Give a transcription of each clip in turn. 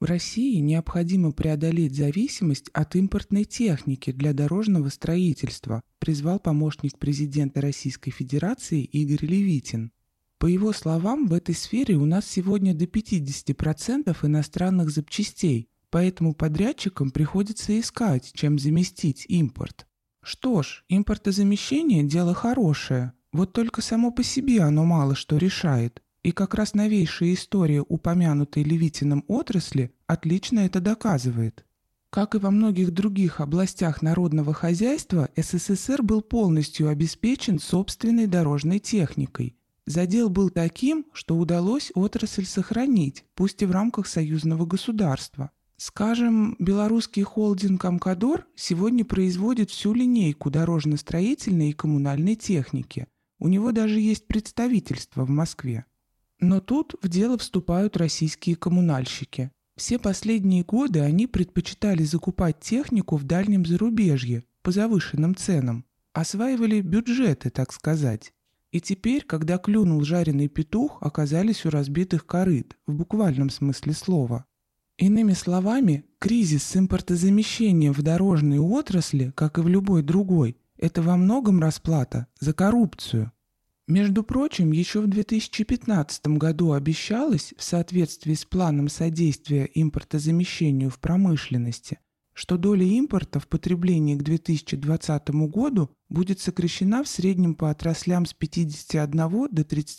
В России необходимо преодолеть зависимость от импортной техники для дорожного строительства, призвал помощник президента Российской Федерации Игорь Левитин. По его словам, в этой сфере у нас сегодня до 50% иностранных запчастей, поэтому подрядчикам приходится искать, чем заместить импорт. Что ж, импортозамещение – дело хорошее, вот только само по себе оно мало что решает. И как раз новейшая история упомянутой Левитиным отрасли отлично это доказывает. Как и во многих других областях народного хозяйства, СССР был полностью обеспечен собственной дорожной техникой. Задел был таким, что удалось отрасль сохранить, пусть и в рамках союзного государства. Скажем, белорусский холдинг «Амкадор» сегодня производит всю линейку дорожно-строительной и коммунальной техники. У него даже есть представительство в Москве. Но тут в дело вступают российские коммунальщики. Все последние годы они предпочитали закупать технику в дальнем зарубежье по завышенным ценам. Осваивали бюджеты, так сказать. И теперь, когда клюнул жареный петух, оказались у разбитых корыт, в буквальном смысле слова. Иными словами, кризис с импортозамещением в дорожной отрасли, как и в любой другой, это во многом расплата за коррупцию. Между прочим, еще в 2015 году обещалось, в соответствии с планом содействия импортозамещению в промышленности, что доля импорта в потреблении к 2020 году будет сокращена в среднем по отраслям с 51 до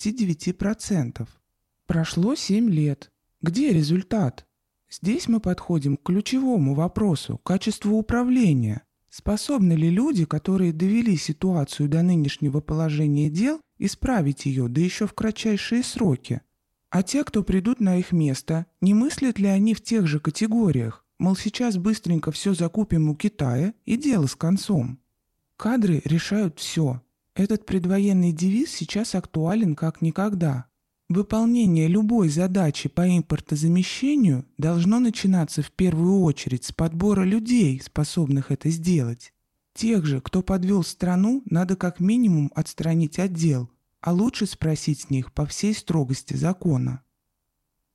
39%. Прошло 7 лет. Где результат? Здесь мы подходим к ключевому вопросу – качеству управления. Способны ли люди, которые довели ситуацию до нынешнего положения дел, исправить ее, да еще в кратчайшие сроки? А те, кто придут на их место, не мыслят ли они в тех же категориях? Мол, сейчас быстренько все закупим у Китая и дело с концом. Кадры решают все. Этот предвоенный девиз сейчас актуален как никогда. Выполнение любой задачи по импортозамещению должно начинаться в первую очередь с подбора людей, способных это сделать. Тех же, кто подвел страну, надо как минимум отстранить от дел, а лучше спросить с них по всей строгости закона.